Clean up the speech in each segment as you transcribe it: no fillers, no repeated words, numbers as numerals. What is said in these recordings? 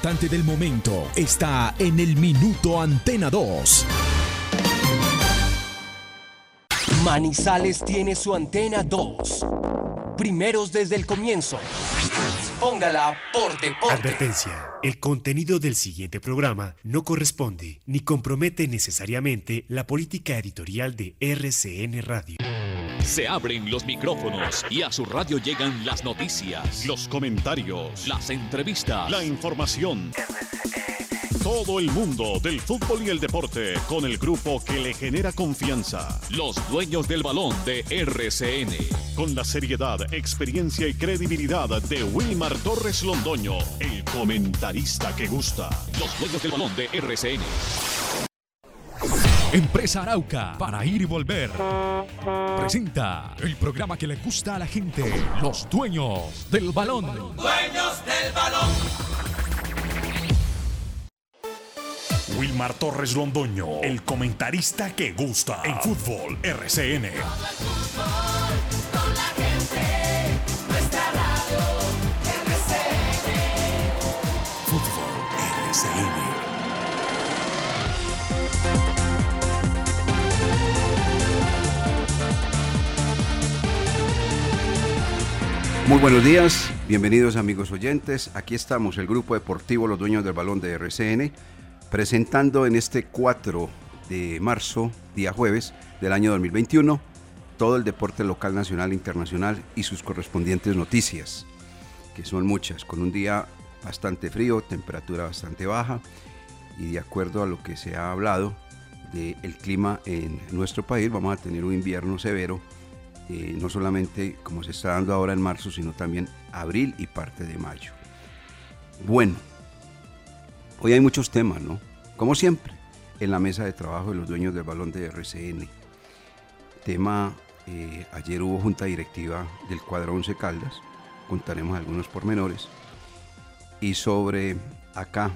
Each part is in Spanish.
importante del momento está en el Minuto Antena 2. Manizales tiene su Antena 2. Primeros desde el comienzo. Póngala por deporte. Advertencia. El contenido del siguiente programa no corresponde ni compromete necesariamente la política editorial de RCN Radio. Se abren los micrófonos y a su radio llegan las noticias, los comentarios, las entrevistas, la información. Todo el mundo del fútbol y el deporte con el grupo que le genera confianza. Los dueños del balón de RCN. Con la seriedad, experiencia y credibilidad de Wilmar Torres Londoño, el comentarista que gusta. Los dueños del balón de RCN. Empresa Arauca, para ir y volver, presenta el programa que le gusta a la gente, Los Dueños del Balón. Dueños del Balón. Wilmar Torres Londoño, el comentarista que gusta en Fútbol RCN. Fútbol RCN. Muy buenos días, bienvenidos amigos oyentes. Aquí estamos, el grupo deportivo Los Dueños del Balón de RCN, presentando en este 4 de marzo, día jueves del año 2021, todo el deporte local, nacional e internacional y sus correspondientes noticias, que son muchas, con un día bastante frío, temperatura bastante baja, y de acuerdo a lo que se ha hablado del clima en nuestro país, vamos a tener un invierno severo, no solamente como se está dando ahora en marzo, sino también abril y parte de mayo. Bueno, hoy hay muchos temas, ¿no? Como siempre, en la mesa de trabajo de los dueños del balón de RCN. Ayer hubo junta directiva del cuadro Once Caldas, contaremos algunos pormenores. Y sobre acá,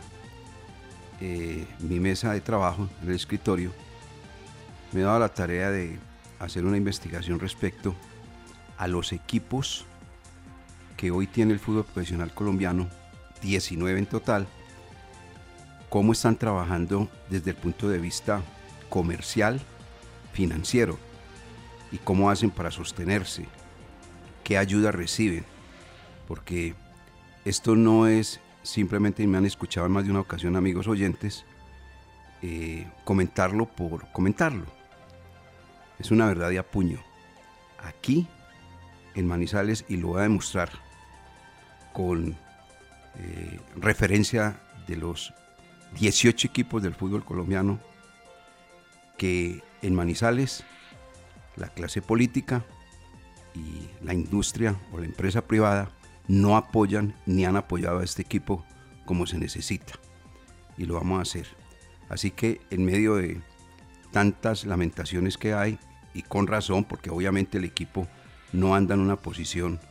mi mesa de trabajo, en el escritorio, me he dado la tarea de hacer una investigación respecto a los equipos que hoy tiene el fútbol profesional colombiano, 19 en total, cómo están trabajando desde el punto de vista comercial, financiero, y cómo hacen para sostenerse, qué ayuda reciben, porque esto no es simplemente, y me han escuchado en más de una ocasión amigos oyentes, comentarlo por comentarlo. Es una verdad de a puño. Aquí, en Manizales, y lo voy a demostrar con referencia de los 18 equipos del fútbol colombiano, que en Manizales la clase política y la industria o la empresa privada no apoyan ni han apoyado a este equipo como se necesita. Y lo vamos a hacer. Así que en medio de tantas lamentaciones que hay, y con razón, porque obviamente el equipo no anda en una posición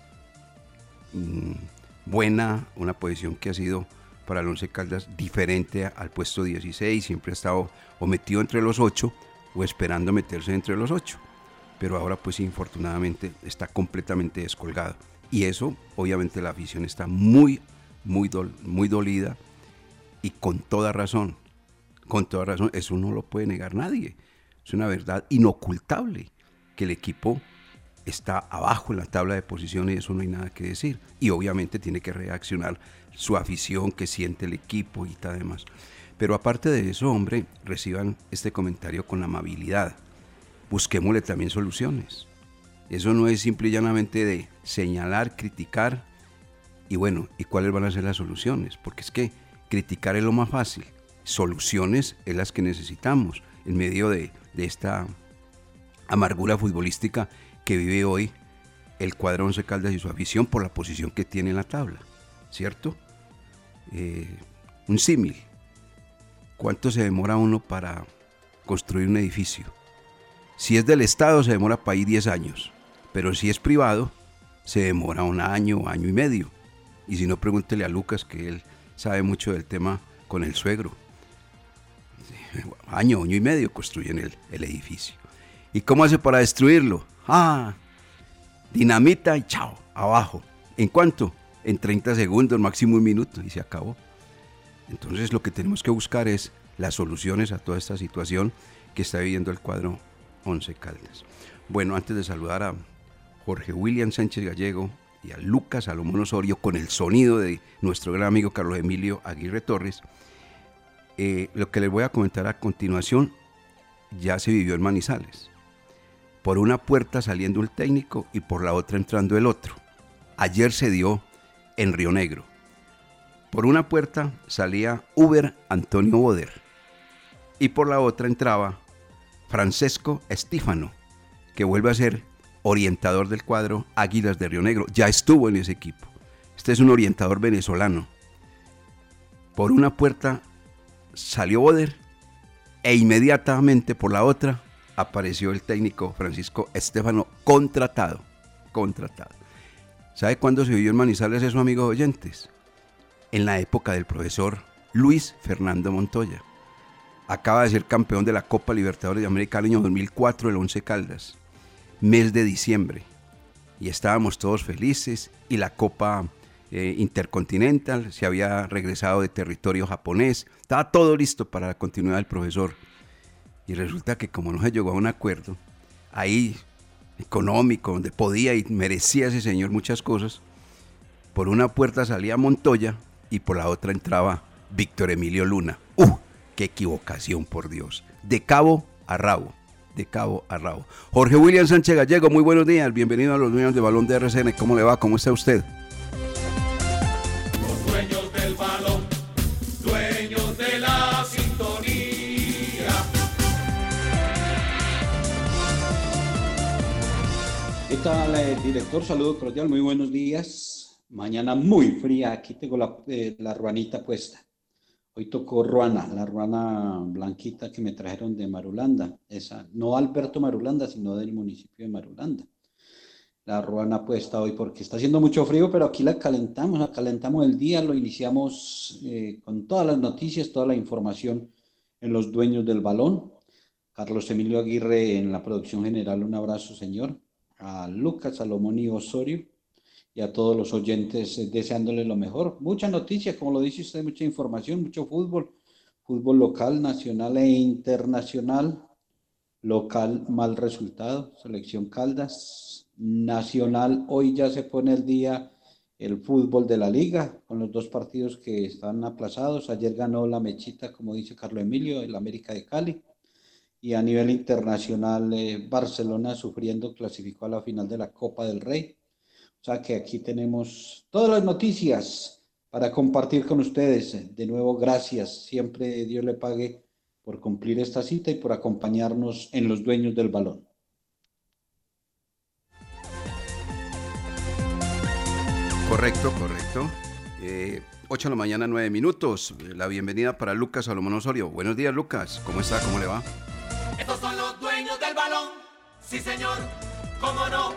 buena, una posición que ha sido para el Once Caldas diferente al puesto 16, siempre ha estado o metido entre los 8 o esperando meterse entre los 8, pero ahora pues infortunadamente está completamente descolgado, y eso obviamente la afición está muy dolida, y con toda razón, eso no lo puede negar nadie. Es una verdad inocultable que el equipo está abajo en la tabla de posiciones, y eso no hay nada que decir. Y obviamente tiene que reaccionar su afición, que siente el equipo y tal demás. Pero aparte de eso, hombre, reciban este comentario con amabilidad. Busquémosle también soluciones. Eso no es simple y llanamente de señalar, criticar, y bueno, ¿y cuáles van a ser las soluciones? Porque es que criticar es lo más fácil. Soluciones es las que necesitamos en medio de esta amargura futbolística que vive hoy el cuadro Once Caldas y su afición por la posición que tiene en la tabla, ¿cierto? Un símil. ¿Cuánto se demora uno para construir un edificio? Si es del Estado se demora para ahí 10 años, pero si es privado se demora un año, año y medio. Y si no, pregúntele a Lucas, que él sabe mucho del tema con el suegro. Año y medio construyen el edificio. ¿Y cómo hace para destruirlo? Dinamita y chao, abajo. ¿En cuánto? En 30 segundos, máximo un minuto, y se acabó. Entonces lo que tenemos que buscar es las soluciones a toda esta situación que está viviendo el cuadro Once Caldas. Bueno, antes de saludar a Jorge William Sánchez Gallego y a Lucas Salomón Osorio con el sonido de nuestro gran amigo Carlos Emilio Aguirre Torres, lo que les voy a comentar a continuación ya se vivió en Manizales. Por una puerta saliendo el técnico y por la otra entrando el otro. Ayer se dio en Río Negro. Por una puerta salía Uber Antonio Boder y por la otra entraba Francesco Estífano, que vuelve a ser orientador del cuadro Águilas de Río Negro. Ya estuvo en ese equipo. Este es un orientador venezolano. Por una puerta salió Boder e inmediatamente por la otra apareció el técnico Francisco Estífano contratado. ¿Sabe cuándo se vivió en Manizales eso, amigos oyentes? En la época del profesor Luis Fernando Montoya. Acaba de ser campeón de la Copa Libertadores de América el año 2004, el Once Caldas, mes de diciembre. Y estábamos todos felices y la Copa Intercontinental se había regresado de territorio japonés. Estaba todo listo para la continuidad del profesor. Y resulta que como no se llegó a un acuerdo, ahí económico, donde podía y merecía ese señor muchas cosas, por una puerta salía Montoya y por la otra entraba Víctor Emilio Luna. ¡Qué equivocación, por Dios! De cabo a rabo. Jorge William Sánchez Gallego, muy buenos días. Bienvenido a los Dueños del Balón de RCN. ¿Cómo le va? ¿Cómo está usted? Los dueños del balón, dueños de la sintonía. ¿Qué tal, director? Saludo cordial, muy buenos días. Mañana muy fría, aquí tengo la ruanita puesta. Hoy tocó ruana, la ruana blanquita que me trajeron de Marulanda. Esa, no Alberto Marulanda, sino del municipio de Marulanda. La ruana puesta hoy porque está haciendo mucho frío, pero aquí la calentamos el día, lo iniciamos con todas las noticias, toda la información en los Dueños del Balón. Carlos Emilio Aguirre en la producción general, un abrazo, señor. A Lucas Salomón y Osorio y a todos los oyentes deseándoles lo mejor. Muchas noticias, como lo dice usted, mucha información, mucho fútbol local, nacional e internacional. Local, mal resultado, Selección Caldas. Nacional, hoy ya se pone al día el fútbol de la liga, con los dos partidos que están aplazados. Ayer ganó la mechita, como dice Carlos Emilio, el América de Cali. Y a nivel internacional, Barcelona sufriendo clasificó a la final de la Copa del Rey. O sea que aquí tenemos todas las noticias para compartir con ustedes. De nuevo, gracias. Siempre Dios le pague por cumplir esta cita y por acompañarnos en los Dueños del Balón. Correcto. 8 de la mañana, 9 minutos. La bienvenida para Lucas Salomón Osorio. Buenos días, Lucas. ¿Cómo está? ¿Cómo le va? Estos son los dueños del balón. Sí, señor. ¿Cómo no?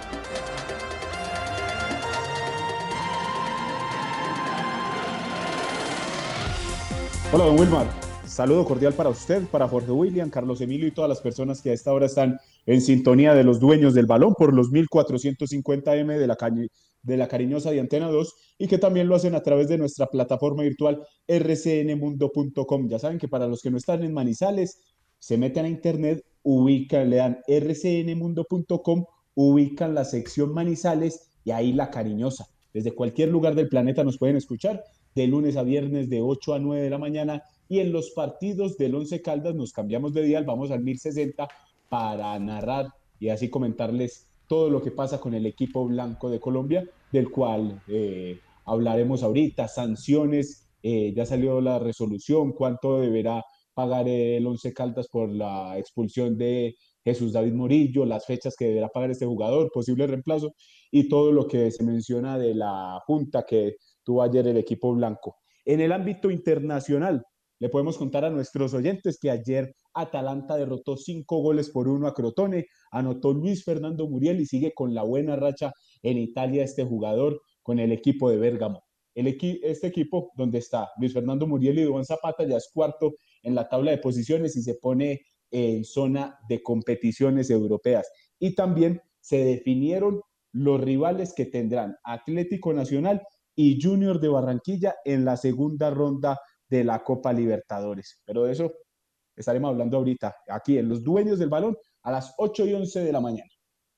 Hola, don Wilmar. Saludo cordial para usted, para Jorge William, Carlos Emilio y todas las personas que a esta hora están en sintonía de los Dueños del Balón por los 1450M de la cariñosa de Antena 2 y que también lo hacen a través de nuestra plataforma virtual rcnmundo.com. Ya saben que para los que no están en Manizales, se meten a internet, le dan rcnmundo.com, ubican la sección Manizales y ahí la cariñosa. Desde cualquier lugar del planeta nos pueden escuchar de lunes a viernes de 8 a 9 de la mañana y en los partidos del Once Caldas nos cambiamos de dial, vamos al 1060 para narrar y así comentarles todo lo que pasa con el equipo blanco de Colombia, del cual hablaremos ahorita, sanciones, ya salió la resolución, cuánto deberá pagar el Once Caldas por la expulsión de Jesús David Murillo, las fechas que deberá pagar este jugador, posible reemplazo y todo lo que se menciona de la junta que tuvo ayer el equipo blanco. En el ámbito internacional, le podemos contar a nuestros oyentes que ayer Atalanta derrotó 5-1 a Crotone, anotó Luis Fernando Muriel y sigue con la buena racha en Italia este jugador con el equipo de Bérgamo. Este equipo, donde está Luis Fernando Muriel y Duván Zapata, ya es cuarto en la tabla de posiciones y se pone en zona de competiciones europeas. Y también se definieron los rivales que tendrán Atlético Nacional y Junior de Barranquilla en la segunda ronda de la Copa Libertadores. Pero de eso estaremos hablando ahorita, aquí en Los Dueños del Balón, a las 8:11 de la mañana.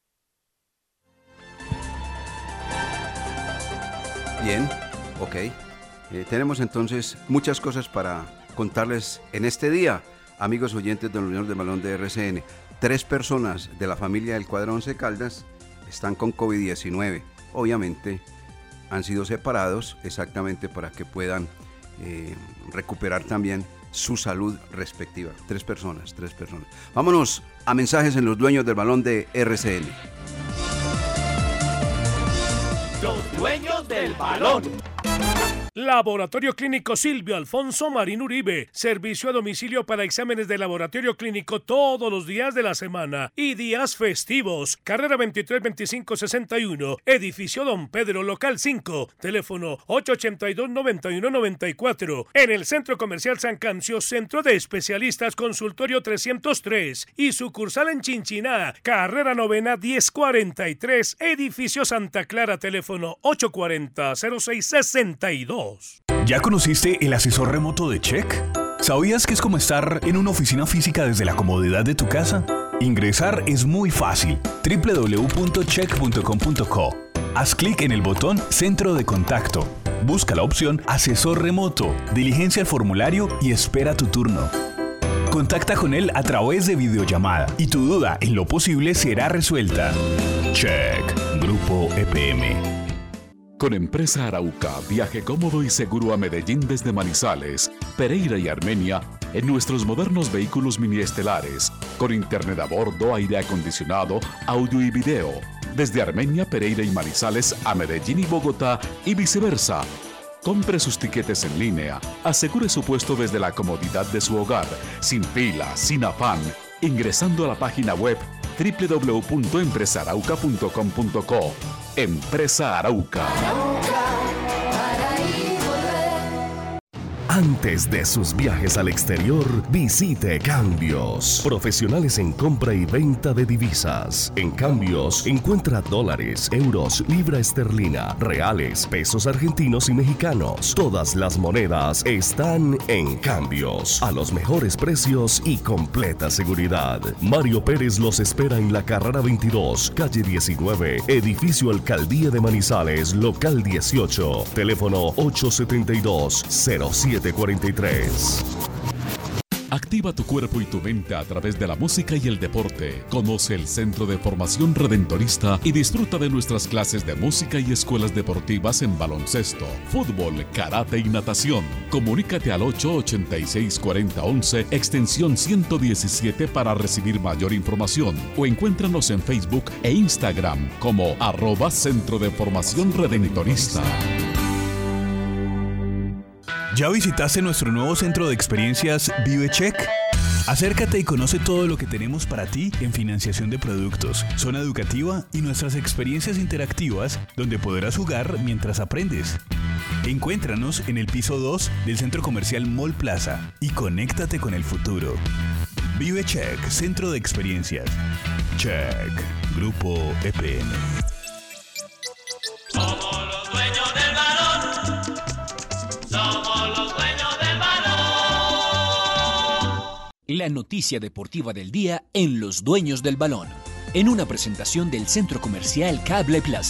Bien, ok. Tenemos entonces muchas cosas para contarles en este día, amigos oyentes de los Dueños del Balón de RCN. 3 personas de la familia del cuadro Once Caldas están con COVID-19. Obviamente han sido separados exactamente para que puedan recuperar también su salud respectiva. 3 personas. Vámonos a mensajes en los Dueños del Balón de RCN. Los Dueños del Balón. Laboratorio Clínico Silvio Alfonso Marín Uribe. Servicio a domicilio para exámenes de laboratorio clínico todos los días de la semana y días festivos. Carrera 232561, Edificio Don Pedro, local 5. Teléfono 882-9194. En el Centro Comercial San Cancio, Centro de Especialistas, Consultorio 303. Y sucursal en Chinchiná, Carrera 9 1043. Edificio Santa Clara, teléfono 840-0662. ¿Ya conociste el asesor remoto de Check? ¿Sabías que es como estar en una oficina física desde la comodidad de tu casa? Ingresar es muy fácil. www.check.com.co. Haz clic en el botón Centro de Contacto. Busca la opción Asesor Remoto, diligencia el formulario y espera tu turno. Contacta con él a través de videollamada y tu duda, en lo posible, será resuelta. Check. Grupo EPM. Con Empresa Arauca, viaje cómodo y seguro a Medellín desde Manizales, Pereira y Armenia en nuestros modernos vehículos miniestelares, con internet a bordo, aire acondicionado, audio y video. Desde Armenia, Pereira y Manizales a Medellín y Bogotá y viceversa. Compre sus tiquetes en línea, asegure su puesto desde la comodidad de su hogar, sin fila, sin afán, ingresando a la página web www.empresarauca.com.co. Empresa Arauca. Antes de sus viajes al exterior, visite Cambios. Profesionales en compra y venta de divisas. En Cambios encuentra dólares, euros, libra esterlina, reales, pesos argentinos y mexicanos. Todas las monedas están en Cambios. A los mejores precios y completa seguridad. Mario Pérez los espera en la carrera 22, calle 19, edificio Alcaldía de Manizales, local 18. Teléfono 872-0743. Activa tu cuerpo y tu mente a través de la música y el deporte. Conoce el Centro de Formación Redentorista y disfruta de nuestras clases de música y escuelas deportivas en baloncesto, fútbol, karate y natación. Comunícate al 886-4011, extensión 117 para recibir mayor información o encuéntranos en Facebook e Instagram como @Centro de Formación Redentorista. ¿Ya visitaste nuestro nuevo centro de experiencias ViveCheck? Acércate y conoce todo lo que tenemos para ti en financiación de productos, zona educativa y nuestras experiencias interactivas donde podrás jugar mientras aprendes. Encuéntranos en el piso 2 del Centro Comercial Mall Plaza y conéctate con el futuro. ViveCheck, centro de experiencias. Check. Grupo EPM. Somos los dueños del balón. Somos los dueños del balón. La noticia deportiva del día en Los Dueños del Balón, en una presentación del Centro Comercial Cable Plaza.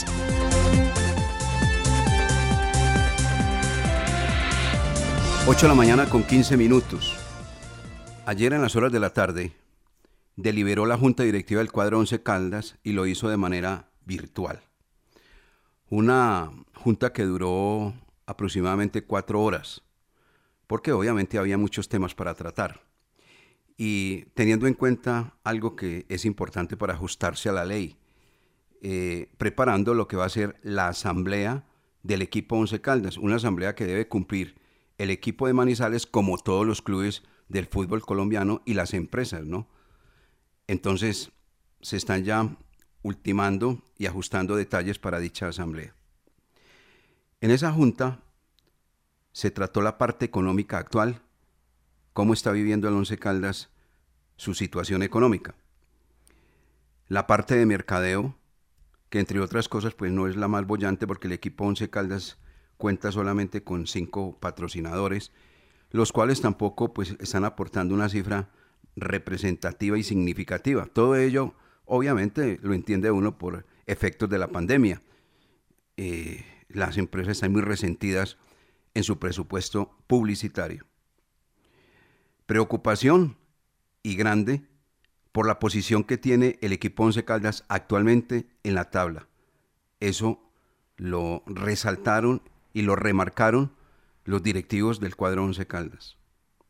Ocho de la mañana con 15 minutos. Ayer en las horas de la tarde deliberó la Junta Directiva del cuadro Once Caldas y lo hizo de manera virtual. Una junta que duró aproximadamente 4 horas, porque obviamente había muchos temas para tratar. Y teniendo en cuenta algo que es importante para ajustarse a la ley, preparando lo que va a ser la asamblea del equipo Once Caldas, una asamblea que debe cumplir el equipo de Manizales como todos los clubes del fútbol colombiano y las empresas, ¿no? Entonces, se están ya ultimando y ajustando detalles para dicha asamblea. En esa junta se trató la parte económica actual, cómo está viviendo el Once Caldas su situación económica. La parte de mercadeo, que entre otras cosas pues no es la más bollante porque el equipo Once Caldas cuenta solamente con 5 patrocinadores, los cuales tampoco pues están aportando una cifra representativa y significativa. Todo ello, obviamente, lo entiende uno por efectos de la pandemia. Las empresas están muy resentidas en su presupuesto publicitario. Preocupación y grande por la posición que tiene el equipo Once Caldas actualmente en la tabla. Eso lo resaltaron y lo remarcaron los directivos del cuadro Once Caldas.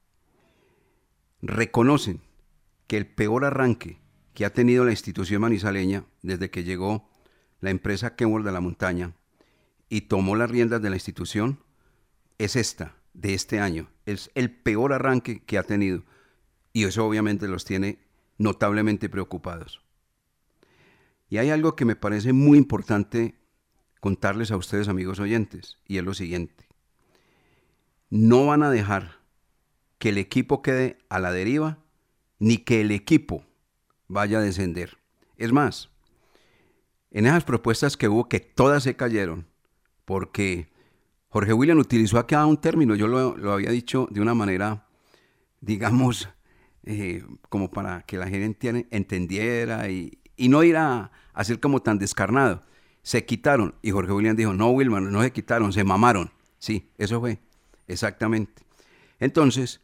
Reconocen que el peor arranque que ha tenido la institución manizaleña desde que llegó la empresa Kenworth de la Montaña y tomó las riendas de la institución es de este año. Es el peor arranque que ha tenido y eso obviamente los tiene notablemente preocupados. Y hay algo que me parece muy importante contarles a ustedes, amigos oyentes, y es lo siguiente. No van a dejar que el equipo quede a la deriva, ni que el equipo vaya a descender. Es más, en esas propuestas que hubo, que todas se cayeron, porque Jorge William utilizó acá un término, yo lo había dicho de una manera, digamos, como para que la gente entendiera y no ir a ser como tan descarnado. Se quitaron, y Jorge William dijo, no, Wilmar, no se quitaron, se mamaron. Sí, eso fue, exactamente. Entonces,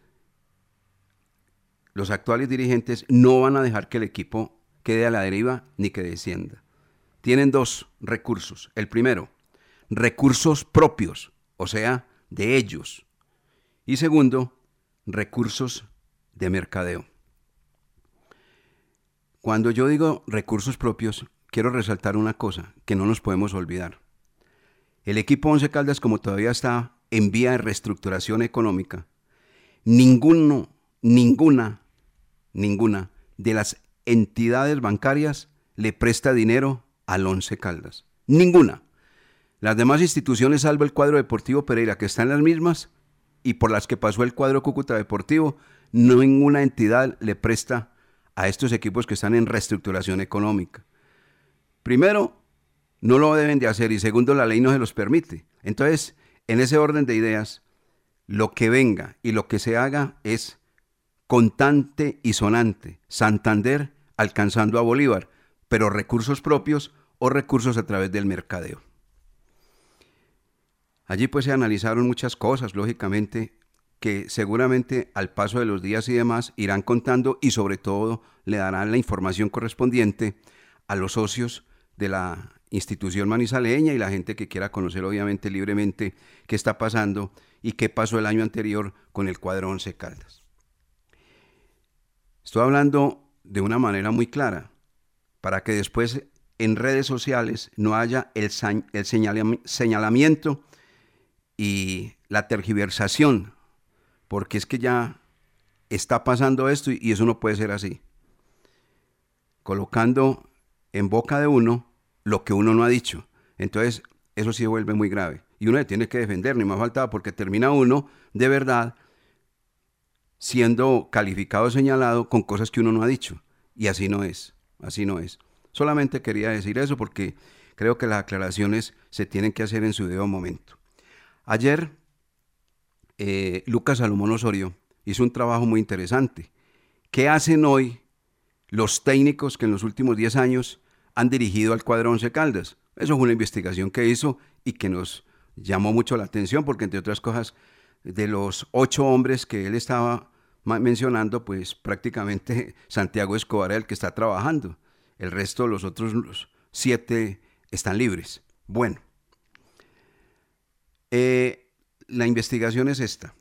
los actuales dirigentes no van a dejar que el equipo quede a la deriva ni que descienda. Tienen dos recursos. El primero, recursos propios, o sea, de ellos. Y segundo, recursos de mercadeo. Cuando yo digo recursos propios, quiero resaltar una cosa que no nos podemos olvidar. El equipo Once Caldas, como todavía está en vía de reestructuración económica, ninguna de las entidades bancarias le presta dinero al Once Caldas. Ninguna. Las demás instituciones, salvo el cuadro Deportivo Pereira, que están las mismas, y por las que pasó el cuadro Cúcuta Deportivo, ninguna entidad le presta a estos equipos que están en reestructuración económica. Primero, no lo deben de hacer, y segundo, la ley no se los permite. Entonces, en ese orden de ideas, lo que venga y lo que se haga es contante y sonante. Santander alcanzando a Bolívar, pero recursos propios o recursos a través del mercadeo. Allí pues se analizaron muchas cosas, lógicamente, que seguramente al paso de los días y demás irán contando y sobre todo le darán la información correspondiente a los socios de la institución manizaleña y la gente que quiera conocer obviamente libremente qué está pasando y qué pasó el año anterior con el cuadro Once Caldas. Estoy hablando de una manera muy clara para que después en redes sociales no haya el señalamiento y la tergiversación, porque es que ya está pasando esto y eso no puede ser así. Colocando en boca de uno lo que uno no ha dicho. Entonces, eso sí se vuelve muy grave. Y uno se tiene que defender, ni más faltaba, porque termina uno, de verdad, siendo calificado o señalado con cosas que uno no ha dicho. Y así no es, así no es. Solamente quería decir eso porque creo que las aclaraciones se tienen que hacer en su debido momento. Ayer, Lucas Salomón Osorio hizo un trabajo muy interesante. ¿Qué hacen hoy los técnicos que en los últimos 10 años han dirigido al cuadro Once Caldas? Eso fue una investigación que hizo y que nos llamó mucho la atención porque, entre otras cosas, de los 8 hombres que él estaba mencionando, pues prácticamente Santiago Escobar es el que está trabajando. El resto, los otros 7 están libres. Bueno, la investigación es esta.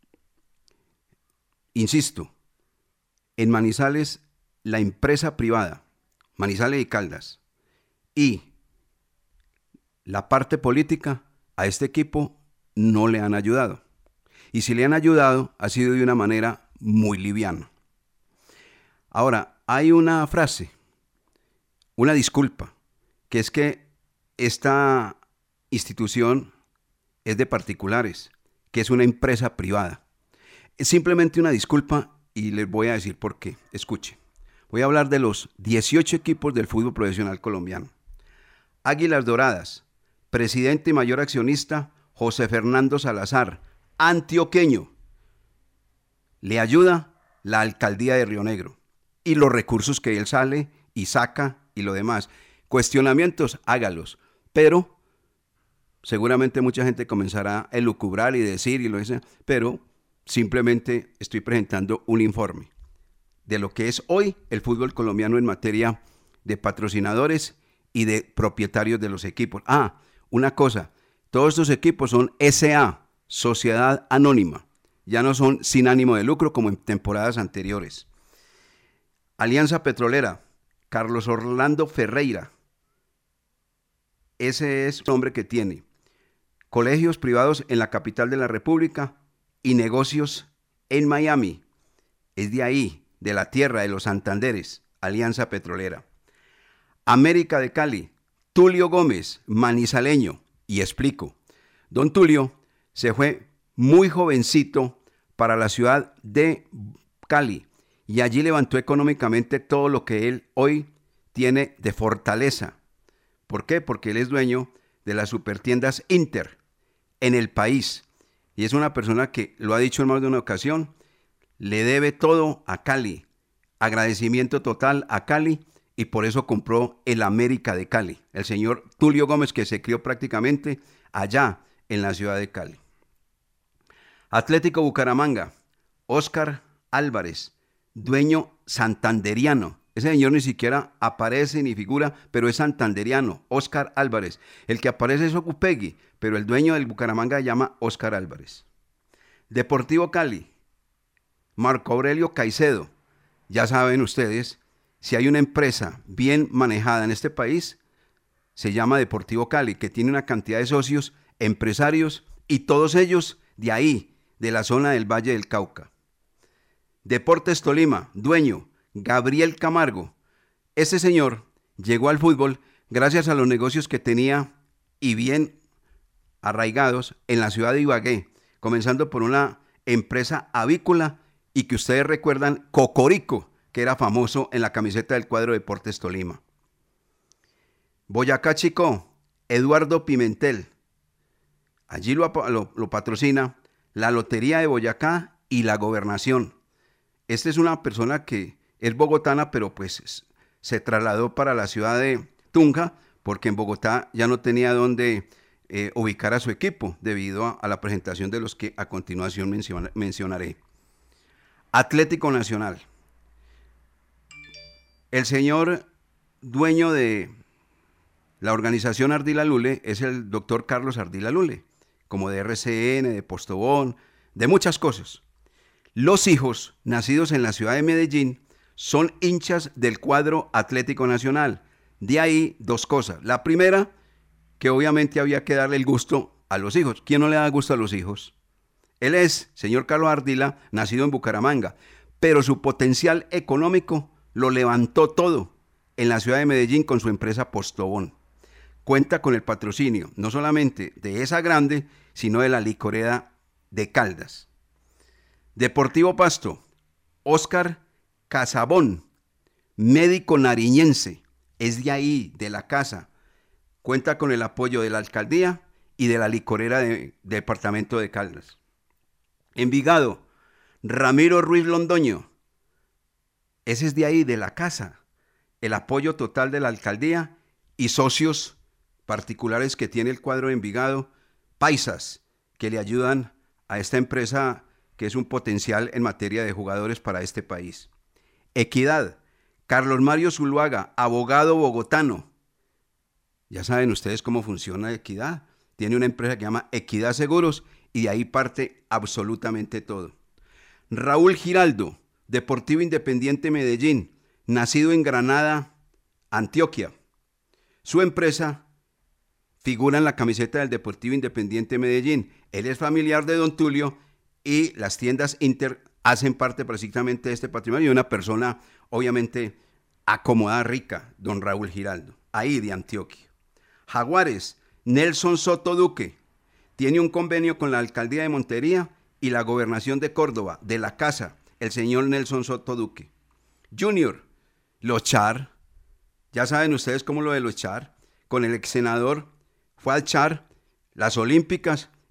Insisto, en Manizales, la empresa privada, Manizales y Caldas, y la parte política a este equipo no le han ayudado. Y si le han ayudado, ha sido de una manera muy liviana. Ahora, hay una frase, una disculpa, que es que esta institución es de particulares, que es una empresa privada. Es simplemente una disculpa y les voy a decir por qué. Escuchen. Voy a hablar de los 18 equipos del fútbol profesional colombiano. Águilas Doradas, presidente y mayor accionista José Fernando Salazar, antioqueño. le ayuda la alcaldía de Río Negro y los recursos que él sale y saca y lo demás. Cuestionamientos, hágalos, pero seguramente mucha gente comenzará a elucubrar y decir y lo dice, pero simplemente estoy presentando un informe de lo que es hoy el fútbol colombiano en materia de patrocinadores y de propietarios de los equipos. Una cosa, todos estos equipos son SA, Sociedad Anónima, ya no son sin ánimo de lucro como en temporadas anteriores. Alianza Petrolera, Carlos Orlando Ferreira, ese es el nombre que tiene. Colegios privados en la capital de la República y negocios en Miami. Es de ahí, de la tierra de los Santanderes, Alianza Petrolera. América de Cali, Tulio Gómez, manizaleño. Y explico. Don Tulio se fue muy jovencito para la ciudad de Cali y allí levantó económicamente todo lo que él hoy tiene de fortaleza. ¿Por qué? Porque él es dueño de las supertiendas Inter en el país y es una persona que, lo ha dicho en más de una ocasión, le debe todo a Cali, agradecimiento total a Cali, y por eso compró el América de Cali, el señor Tulio Gómez, que se crió prácticamente allá en la ciudad de Cali. Atlético Bucaramanga, Óscar Álvarez, dueño santanderiano. Ese señor ni siquiera aparece ni figura, pero es santanderiano, Óscar Álvarez. El que aparece es Ocupegui, pero el dueño del Bucaramanga se llama Óscar Álvarez. Deportivo Cali, Marco Aurelio Caicedo. Ya saben ustedes, si hay una empresa bien manejada en este país, se llama Deportivo Cali, que tiene una cantidad de socios, empresarios, y todos ellos de ahí, de la zona del Valle del Cauca. Deportes Tolima, dueño, Gabriel Camargo. Este señor llegó al fútbol gracias a los negocios que tenía y bien arraigados en la ciudad de Ibagué, comenzando por una empresa avícola y que ustedes recuerdan, Cocorico, que era famoso en la camiseta del cuadro Deportes Tolima. Boyacá Chicó, Eduardo Pimentel. Allí lo patrocina la Lotería de Boyacá y la Gobernación. Esta es una persona que es bogotana, pero pues se trasladó para la ciudad de Tunja, porque en Bogotá ya no tenía dónde ubicar a su equipo, debido a la presentación de los que a continuación mencionaré. Atlético Nacional. El señor dueño de la organización Ardila Lule es el doctor Carlos Ardila Lule, como de RCN, de Postobón, de muchas cosas. Los hijos, nacidos en la ciudad de Medellín, son hinchas del cuadro Atlético Nacional. De ahí dos cosas. La primera, que obviamente había que darle el gusto a los hijos. ¿Quién no le da gusto a los hijos? Él es, señor Carlos Ardila, nacido en Bucaramanga, pero su potencial económico lo levantó todo en la ciudad de Medellín con su empresa Postobón. Cuenta con el patrocinio, no solamente de esa grande, sino de la licorera de Caldas. Deportivo Pasto, Óscar Casabón, médico nariñense, es de ahí, de la casa. Cuenta con el apoyo de la alcaldía y de la licorera del departamento de Caldas. Envigado, Ramiro Ruiz Londoño, ese es de ahí, de la casa. El apoyo total de la alcaldía y socios particulares que tiene el cuadro de Envigado, paisas, que le ayudan a esta empresa que es un potencial en materia de jugadores para este país. Equidad, Carlos Mario Zuluaga, abogado bogotano. Ya saben ustedes cómo funciona Equidad. Tiene una empresa que se llama Equidad Seguros y de ahí parte absolutamente todo. Raúl Giraldo, Deportivo Independiente Medellín, nacido en Granada, Antioquia. Su empresa figura en la camiseta del Deportivo Independiente Medellín. Él es familiar de don Tulio y las tiendas Inter hacen parte precisamente de este patrimonio y una persona obviamente acomodada, rica, don Raúl Giraldo, ahí de Antioquia. Jaguares, Nelson Soto Duque, tiene un convenio con la alcaldía de Montería y la gobernación de Córdoba, de la casa, el señor Nelson Soto Duque. Junior, los Char, ya saben ustedes cómo lo de los Char, con el ex senador fue al Char, las Olímpicas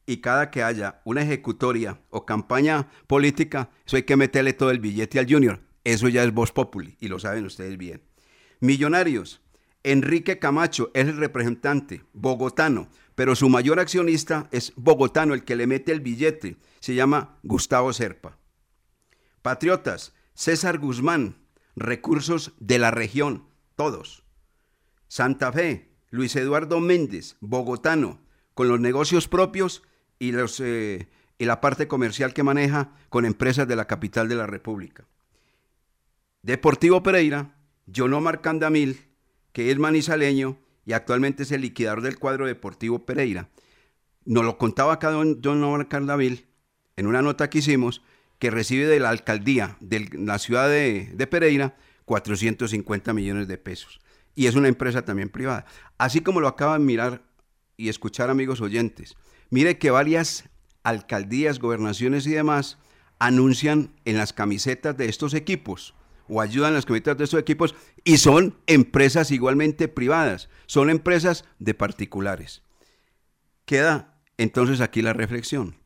y cada que haya una ejecutoria o campaña política, eso hay que meterle todo el billete al Junior. Eso ya es Voz Populi y lo saben ustedes bien. Millonarios, Enrique Camacho es el representante bogotano, pero su mayor accionista es bogotano, el que le mete el billete, se llama Gustavo Serpa. Patriotas, César Guzmán, recursos de la región, todos. Santa Fe, Luis Eduardo Méndez, bogotano, con los negocios propios y la parte comercial que maneja con empresas de la capital de la República. Deportivo Pereira, John Omar Candamil, que es manizaleño y actualmente es el liquidador del cuadro Deportivo Pereira. Nos lo contaba acá John Omar Candamil en una nota que hicimos, que recibe de la alcaldía de la ciudad de Pereira 450 millones de pesos. Y es una empresa también privada. Así como lo acaban de mirar y escuchar, amigos oyentes, mire que varias alcaldías, gobernaciones y demás anuncian en las camisetas de estos equipos o ayudan en las camisetas de estos equipos y son empresas igualmente privadas, son empresas de particulares. Queda entonces aquí la reflexión.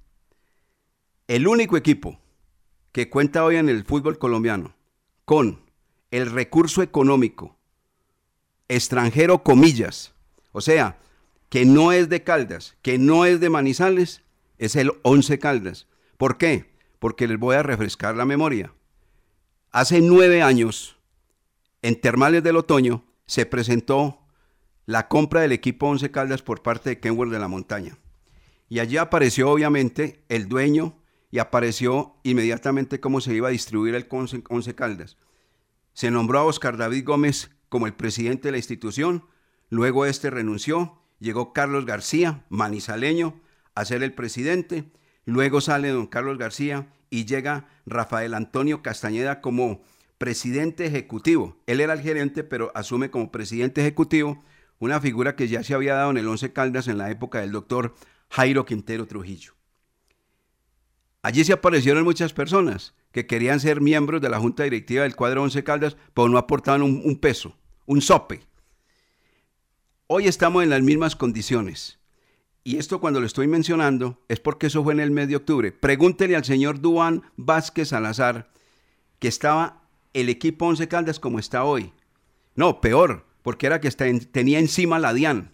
El único equipo que cuenta hoy en el fútbol colombiano con el recurso económico extranjero, comillas, o sea, que no es de Caldas, que no es de Manizales, es el Once Caldas. ¿Por qué? Porque les voy a refrescar la memoria. Hace 9 años, en Termales del Otoño, se presentó la compra del equipo Once Caldas por parte de Kenworth de la Montaña. Y allí apareció obviamente el dueño y apareció inmediatamente cómo se iba a distribuir el Once Caldas. Se nombró a Oscar David Gómez como el presidente de la institución, luego este renunció, llegó Carlos García, manizaleño, a ser el presidente, luego sale don Carlos García y llega Rafael Antonio Castañeda como presidente ejecutivo. Él era el gerente, pero asume como presidente ejecutivo, una figura que ya se había dado en el Once Caldas en la época del doctor Jairo Quintero Trujillo. Allí se aparecieron muchas personas que querían ser miembros de la junta directiva del cuadro Once Caldas, pero no aportaban un peso, un sope. Hoy estamos en las mismas condiciones. Y esto cuando lo estoy mencionando es porque eso fue en el mes de octubre. Pregúntele al señor Duván Vázquez Salazar que estaba el equipo Once Caldas como está hoy. No, peor, porque era que tenía encima la DIAN.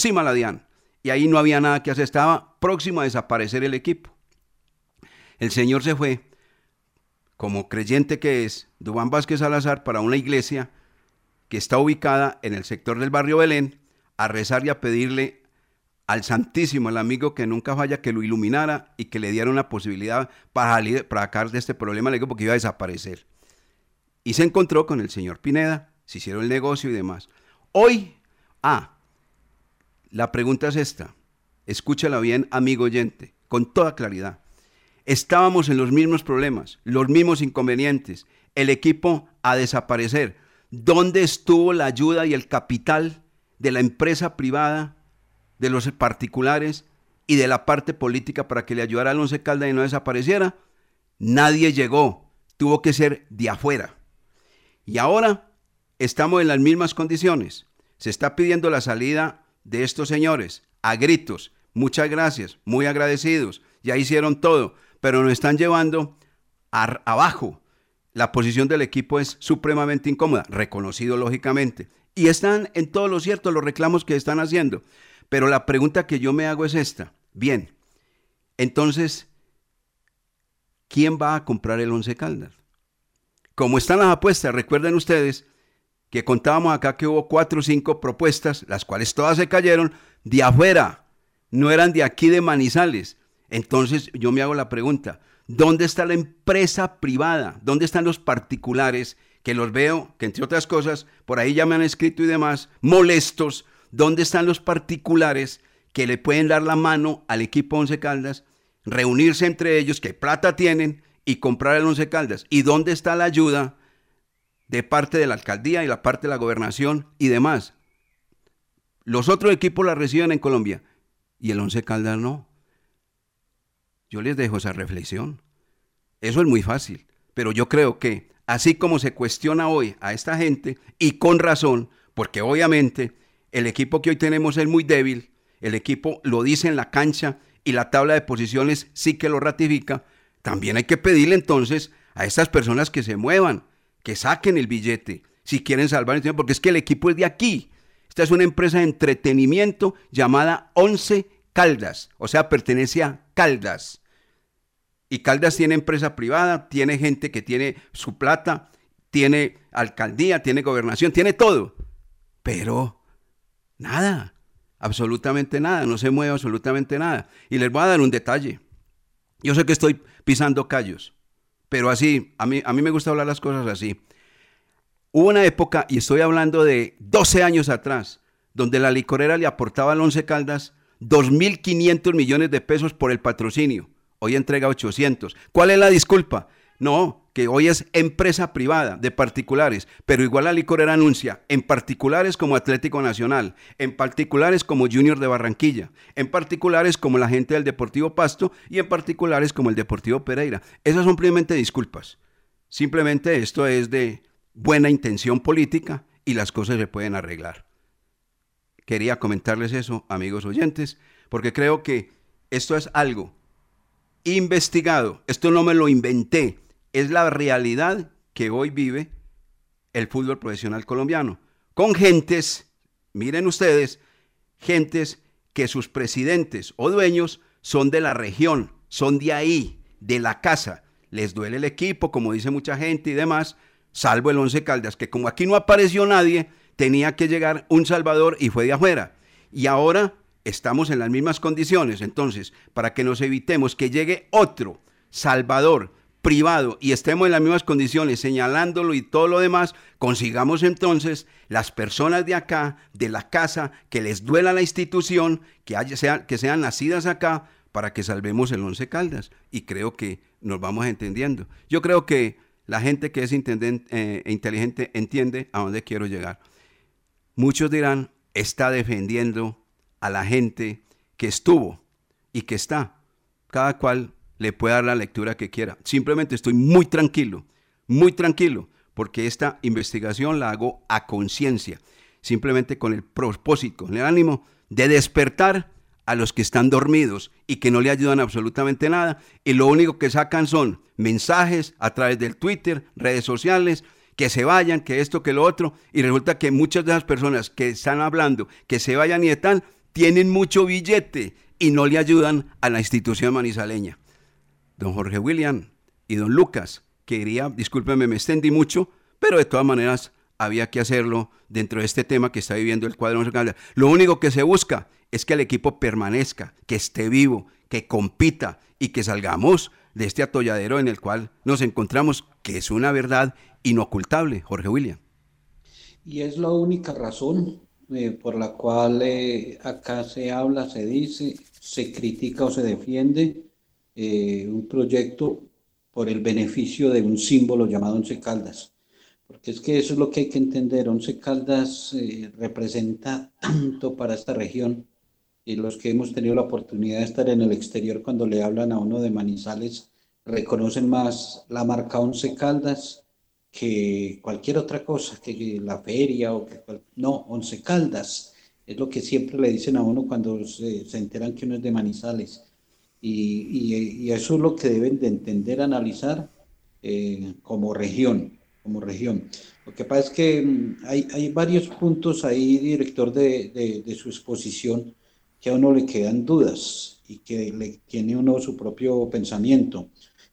Y ahí no había nada que hacer, estaba próximo a desaparecer el equipo. El señor se fue, como creyente que es, Duván Vázquez Salazar, para una iglesia que está ubicada en el sector del barrio Belén, a rezar y a pedirle al Santísimo, al amigo que nunca falla, que lo iluminara y que le diera una posibilidad para sacar de este problema, porque iba a desaparecer. Y se encontró con el señor Pineda, se hicieron el negocio y demás. Hoy, la pregunta es esta, escúchala bien, amigo oyente, con toda claridad. Estábamos en los mismos problemas, los mismos inconvenientes, el equipo a desaparecer. ¿Dónde estuvo la ayuda y el capital de la empresa privada, de los particulares y de la parte política para que le ayudara al Once Caldas y no desapareciera? Nadie llegó, tuvo que ser de afuera. Y ahora estamos en las mismas condiciones. Se está pidiendo la salida de estos señores a gritos. Muchas gracias, muy agradecidos, ya hicieron todo, pero nos están llevando abajo. La posición del equipo es supremamente incómoda, reconocido lógicamente. Y están en todo lo cierto los reclamos que están haciendo. Pero la pregunta que yo me hago es esta. Bien, entonces, ¿quién va a comprar el Once Caldas? Como están las apuestas, recuerden ustedes que contábamos acá que hubo 4 o 5 propuestas, las cuales todas se cayeron de afuera, no eran de aquí de Manizales. Entonces yo me hago la pregunta, ¿dónde está la empresa privada? ¿Dónde están los particulares? Que los veo, que entre otras cosas, por ahí ya me han escrito y demás, molestos. ¿Dónde están los particulares que le pueden dar la mano al equipo Once Caldas, reunirse entre ellos, que plata tienen, y comprar el Once Caldas? ¿Y dónde está la ayuda de parte de la alcaldía y la parte de la gobernación y demás? Los otros equipos la reciben en Colombia y el Once Caldas no. Yo les dejo esa reflexión. Eso es muy fácil, pero yo creo que así como se cuestiona hoy a esta gente, y con razón, porque obviamente el equipo que hoy tenemos es muy débil, el equipo lo dice en la cancha y la tabla de posiciones sí que lo ratifica, también hay que pedirle entonces a estas personas que se muevan, que saquen el billete, si quieren salvar el tiempo, porque es que el equipo es de aquí. Esta es una empresa de entretenimiento llamada Once Caldas, o sea, pertenece a Caldas. Y Caldas tiene empresa privada, tiene gente que tiene su plata, tiene alcaldía, tiene gobernación, tiene todo. Pero nada, absolutamente nada, no se mueve absolutamente nada. Y les voy a dar un detalle. Yo sé que estoy pisando callos, pero así, a mí me gusta hablar las cosas así. Hubo una época, y estoy hablando de 12 años atrás, donde la licorera le aportaba al Once Caldas 2.500 millones de pesos por el patrocinio. Hoy entrega 800. ¿Cuál es la disculpa? No, que hoy es empresa privada de particulares, pero igual la licorera anuncia en particulares como Atlético Nacional, en particulares como Junior de Barranquilla, en particulares como la gente del Deportivo Pasto y en particulares como el Deportivo Pereira. Esas son simplemente disculpas. Simplemente esto es de buena intención política y las cosas se pueden arreglar. Quería comentarles eso, amigos oyentes, porque creo que esto es algo investigado, esto no me lo inventé, es la realidad que hoy vive el fútbol profesional colombiano, con gentes, miren ustedes, gentes que sus presidentes o dueños son de la región, son de ahí, de la casa, les duele el equipo, como dice mucha gente y demás, salvo el Once Caldas, que como aquí no apareció nadie, tenía que llegar un salvador y fue de afuera, y ahora estamos en las mismas condiciones. Entonces, para que nos evitemos que llegue otro salvador privado y estemos en las mismas condiciones señalándolo y todo lo demás, consigamos entonces las personas de acá, de la casa, que les duela la institución, que sean nacidas acá, para que salvemos el Once Caldas. Y creo que nos vamos entendiendo. Yo creo que la gente que es inteligente entiende a dónde quiero llegar. Muchos dirán, está defendiendo a la gente que estuvo y que está. Cada cual le puede dar la lectura que quiera. Simplemente estoy muy tranquilo, porque esta investigación la hago a conciencia, simplemente con el propósito, con el ánimo de despertar a los que están dormidos y que no le ayudan absolutamente nada, y lo único que sacan son mensajes a través del Twitter, redes sociales, que se vayan, que esto, que lo otro, y resulta que muchas de las personas que están hablando que se vayan y de tal, tienen mucho billete y no le ayudan a la institución manizaleña. Don Jorge William y don Lucas, discúlpenme, me extendí mucho, pero de todas maneras había que hacerlo dentro de este tema que está viviendo el cuadro Once Caldas. Lo único que se busca es que el equipo permanezca, que esté vivo, que compita y que salgamos de este atolladero en el cual nos encontramos, que es una verdad inocultable, Jorge William. Y es la única razón por la cual acá se habla, se dice, se critica o se defiende un proyecto por el beneficio de un símbolo llamado Once Caldas. Porque es que eso es lo que hay que entender. Once Caldas representa tanto para esta región, y los que hemos tenido la oportunidad de estar en el exterior, cuando le hablan a uno de Manizales, reconocen más la marca Once Caldas que cualquier otra cosa, que la feria o que no, Once Caldas es lo que siempre le dicen a uno cuando se enteran que uno es de Manizales, y eso es lo que deben de entender, analizar como región. Lo que pasa es que hay varios puntos ahí, director, de su exposición, que a uno le quedan dudas y que le tiene uno su propio pensamiento.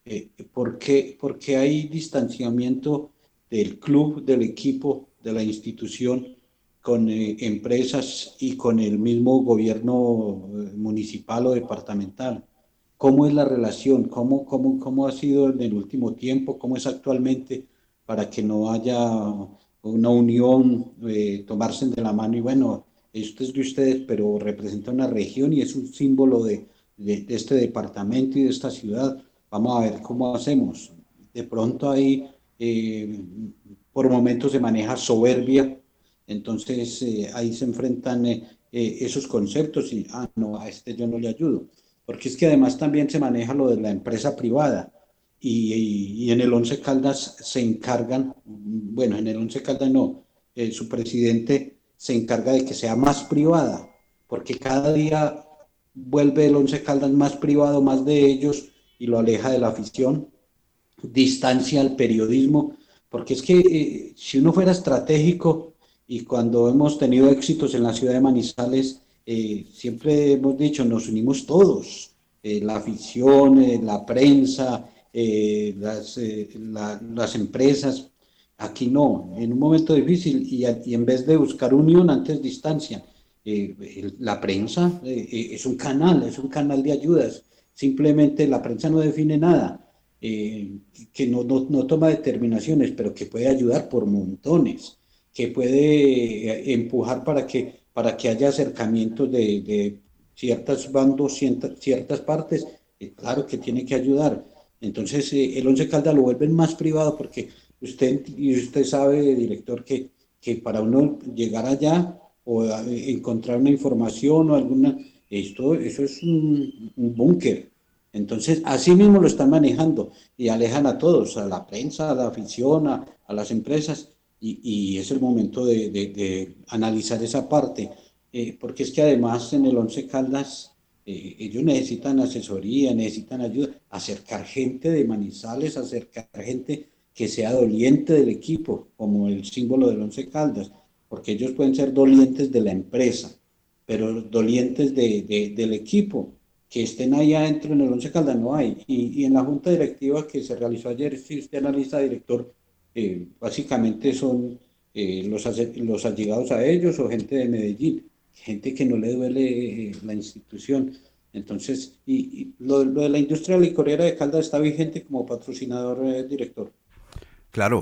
Porque hay distanciamiento del club, del equipo, de la institución, con empresas y con el mismo gobierno municipal o departamental. ¿Cómo es la relación? ¿Cómo ha sido en el último tiempo? ¿Cómo es actualmente, para que no haya una unión, tomarse de la mano y bueno, esto es de ustedes, pero representa una región y es un símbolo de este departamento y de esta ciudad? Vamos a ver cómo hacemos. De pronto ahí, por momentos se maneja soberbia, entonces ahí se enfrentan esos conceptos y, no, a este yo no le ayudo. Porque es que además también se maneja lo de la empresa privada y en el Once Caldas se encargan, bueno, en el Once Caldas no, su presidente se encarga de que sea más privada, porque cada día vuelve el Once Caldas más privado, más de ellos, y lo aleja de la afición, distancia al periodismo, porque es que si uno fuera estratégico, y cuando hemos tenido éxitos en la ciudad de Manizales, siempre hemos dicho, nos unimos todos, la afición, la prensa, las empresas. Aquí no, en un momento difícil, y en vez de buscar unión, antes distancia. La prensa es un canal de ayudas. Simplemente la prensa no define nada, que no toma determinaciones, pero que puede ayudar por montones, que puede empujar para que haya acercamientos de ciertos bandos, ciertas partes. Claro que tiene que ayudar. Entonces, el Once Caldas lo vuelven más privado, porque usted sabe, director, que para uno llegar allá o encontrar una información o eso es un búnker. Entonces, así mismo lo están manejando y alejan a todos, a la prensa, a la afición, a las empresas, y es el momento de analizar esa parte, porque es que además en el Once Caldas ellos necesitan asesoría, necesitan ayuda, acercar gente de Manizales, acercar gente que sea doliente del equipo, como el símbolo del Once Caldas, porque ellos pueden ser dolientes de la empresa, pero dolientes del equipo, que estén ahí adentro en el Once Caldas no hay. Y en la junta directiva que se realizó ayer, si usted analiza, director, básicamente son los allegados a ellos o gente de Medellín, gente que no le duele la institución. Entonces, y lo de la industria licorera de Caldas está vigente como patrocinador, director. Claro.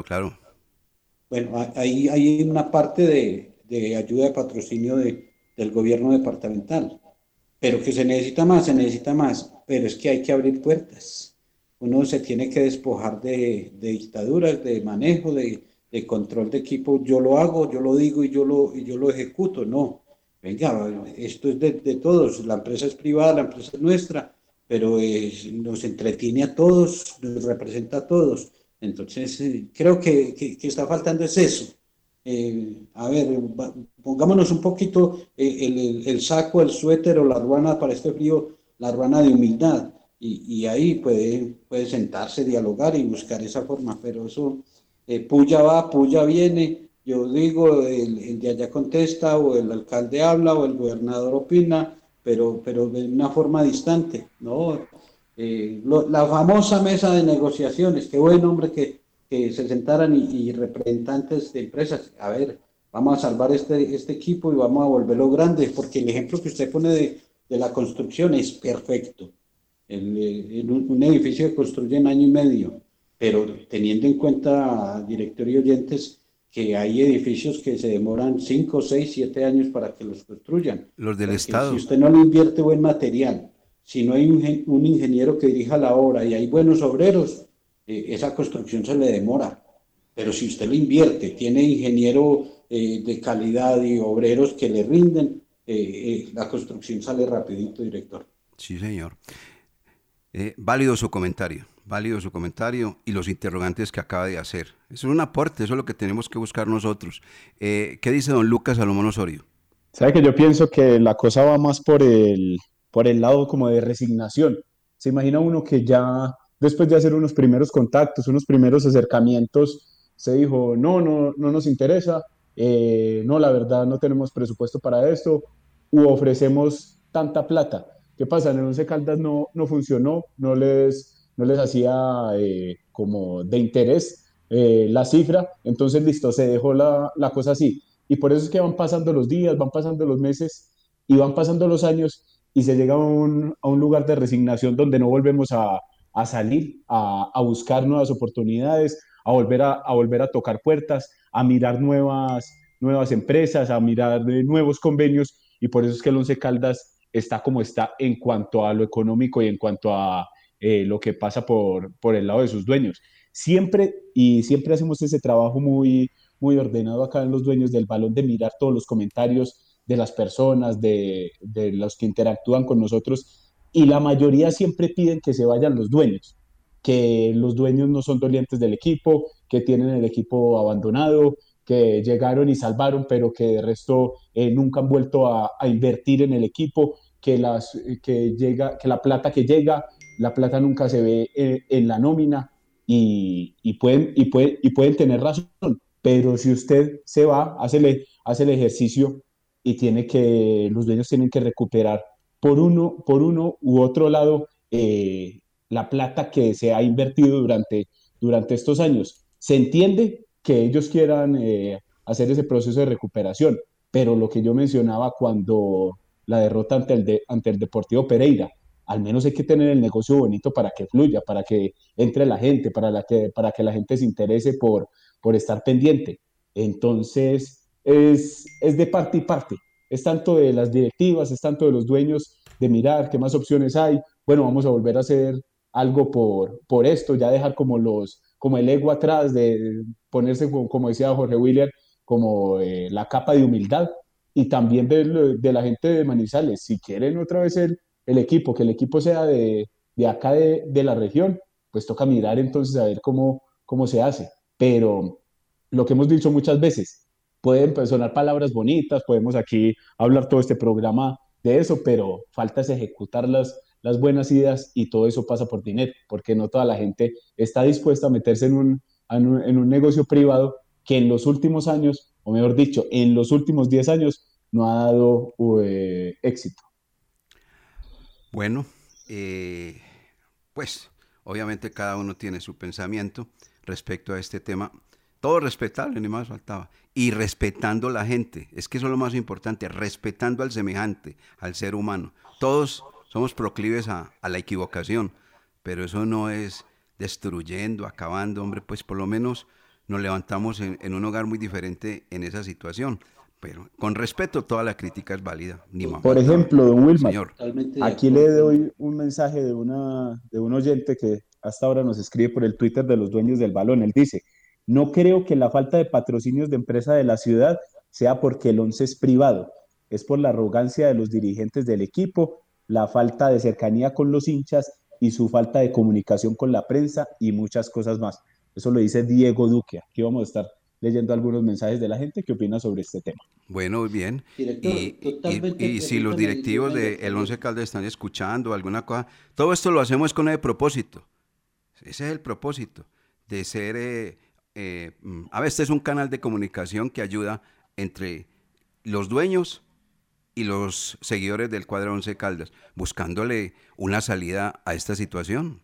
Bueno, hay una parte de ayuda de patrocinio del gobierno departamental, pero que se necesita más, pero es que hay que abrir puertas. Uno se tiene que despojar de dictaduras, de manejo, de control de equipo. Yo lo hago, yo lo digo y yo lo ejecuto. No, venga, esto es de todos. La empresa es privada, la empresa es nuestra, pero nos entretiene a todos, nos representa a todos. Entonces, creo que está faltando es eso. A ver, pongámonos un poquito el saco, el suéter o la ruana para este frío, la ruana de humildad, y ahí puede sentarse, dialogar y buscar esa forma, pero eso, puya va, puya viene, yo digo, el de allá contesta, o el alcalde habla, o el gobernador opina, pero de una forma distante, ¿no? La famosa mesa de negociaciones, qué buen hombre que se sentaran y representantes de empresas, a ver, vamos a salvar este equipo y vamos a volverlo grande, porque el ejemplo que usted pone de la construcción es perfecto. Un edificio que construye en año y medio, pero teniendo en cuenta, director y oyentes, que hay edificios que se demoran 5, 6, 7 años para que los construyan. Los del Estado. Si usted no le invierte buen material, si no hay un ingeniero que dirija la obra y hay buenos obreros, esa construcción se le demora. Pero si usted le invierte, tiene ingeniero de calidad y obreros que le rinden, la construcción sale rapidito, director. Sí, señor. Válido su comentario y los interrogantes que acaba de hacer. Eso es un aporte, eso es lo que tenemos que buscar nosotros. ¿Qué dice don Lucas Salomón Osorio? Sabe que yo pienso que la cosa va más por el lado como de resignación. Se imagina uno que ya después de hacer unos primeros contactos, unos primeros acercamientos, se dijo, no nos interesa, no, la verdad no tenemos presupuesto para esto, u ofrecemos tanta plata. ¿Qué pasa? En el Once Caldas no funcionó, no les hacía como de interés la cifra, entonces listo, se dejó la cosa así. Y por eso es que van pasando los días, van pasando los meses y van pasando los años y se llega a un lugar de resignación donde no volvemos a salir, a buscar nuevas oportunidades, a volver a tocar puertas, a mirar nuevas empresas, a mirar nuevos convenios, y por eso es que el Once Caldas está como está en cuanto a lo económico y en cuanto a lo que pasa por el lado de sus dueños. Siempre hacemos ese trabajo muy, muy ordenado acá en los Dueños del Balón, de mirar todos los comentarios de las personas, de los que interactúan con nosotros, y la mayoría siempre piden que se vayan los dueños, que los dueños no son dolientes del equipo, que tienen el equipo abandonado, que llegaron y salvaron, pero que de resto nunca han vuelto a invertir en el equipo, que la plata que llega, la plata nunca se ve en la nómina y pueden tener razón, pero si usted se va, hace el ejercicio y los dueños tienen que recuperar por uno u otro lado la plata que se ha invertido durante estos años. Se entiende que ellos quieran hacer ese proceso de recuperación, pero lo que yo mencionaba cuando la derrota ante el Deportivo Pereira, al menos hay que tener el negocio bonito para que fluya, para que entre la gente, para que la gente se interese por estar pendiente. Entonces, es de parte y parte. Es tanto de las directivas, es tanto de los dueños de mirar qué más opciones hay. Bueno, vamos a volver a hacer algo por esto, ya dejar como el ego atrás, de ponerse, como decía Jorge William, como la capa de humildad, y también de la gente de Manizales. Si quieren otra vez el equipo, que el equipo sea de acá de la región, pues toca mirar entonces a ver cómo se hace. Pero lo que hemos dicho muchas veces, pueden sonar palabras bonitas, podemos aquí hablar todo este programa de eso, pero falta es ejecutar las buenas ideas, y todo eso pasa por dinero, porque no toda la gente está dispuesta a meterse en un negocio privado que en los últimos años, o mejor dicho, en los últimos 10 años, no ha dado éxito. Bueno, pues obviamente cada uno tiene su pensamiento respecto a este tema. Todo respetable, ni más faltaba. Y respetando la gente. Es que eso es lo más importante, respetando al semejante, al ser humano. Todos somos proclives a la equivocación, pero eso no es destruyendo, acabando, hombre, pues por lo menos nos levantamos en un hogar muy diferente en esa situación. Pero con respeto, toda la crítica es válida. Por ejemplo, don Wilmar, señor, aquí le doy un mensaje de un oyente que hasta ahora nos escribe por el Twitter de los dueños del balón. Él dice: no creo que la falta de patrocinios de empresa de la ciudad sea porque el Once es privado, es por la arrogancia de los dirigentes del equipo, la falta de cercanía con los hinchas y su falta de comunicación con la prensa y muchas cosas más. Eso lo dice Diego Duque. Aquí vamos a estar leyendo algunos mensajes de la gente que opina sobre este tema. Bueno, bien. Director, y si los directivos del Once Caldas están escuchando alguna cosa, todo esto lo hacemos con el propósito. Ese es el propósito, de ser... a veces es un canal de comunicación que ayuda entre los dueños y los seguidores del cuadro Once Caldas, buscándole una salida a esta situación.